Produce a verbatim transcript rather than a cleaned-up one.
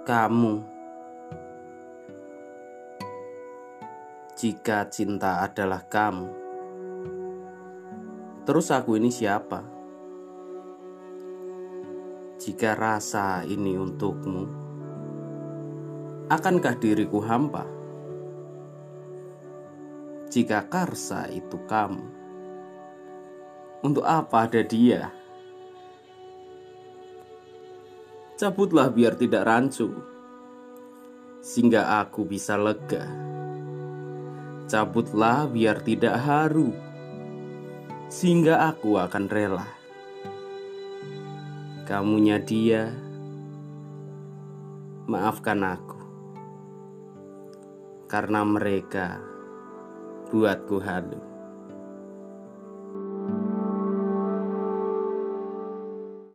Kamu, jika cinta adalah kamu, terus aku ini siapa? Jika rasa ini untukmu, akankah diriku hampa? Jika karsa itu kamu, untuk apa ada dia? Cabutlah biar tidak rancu, sehingga aku bisa lega. Cabutlah biar tidak haru, sehingga aku akan rela. Kamunya dia, maafkan aku, karena mereka buatku halu.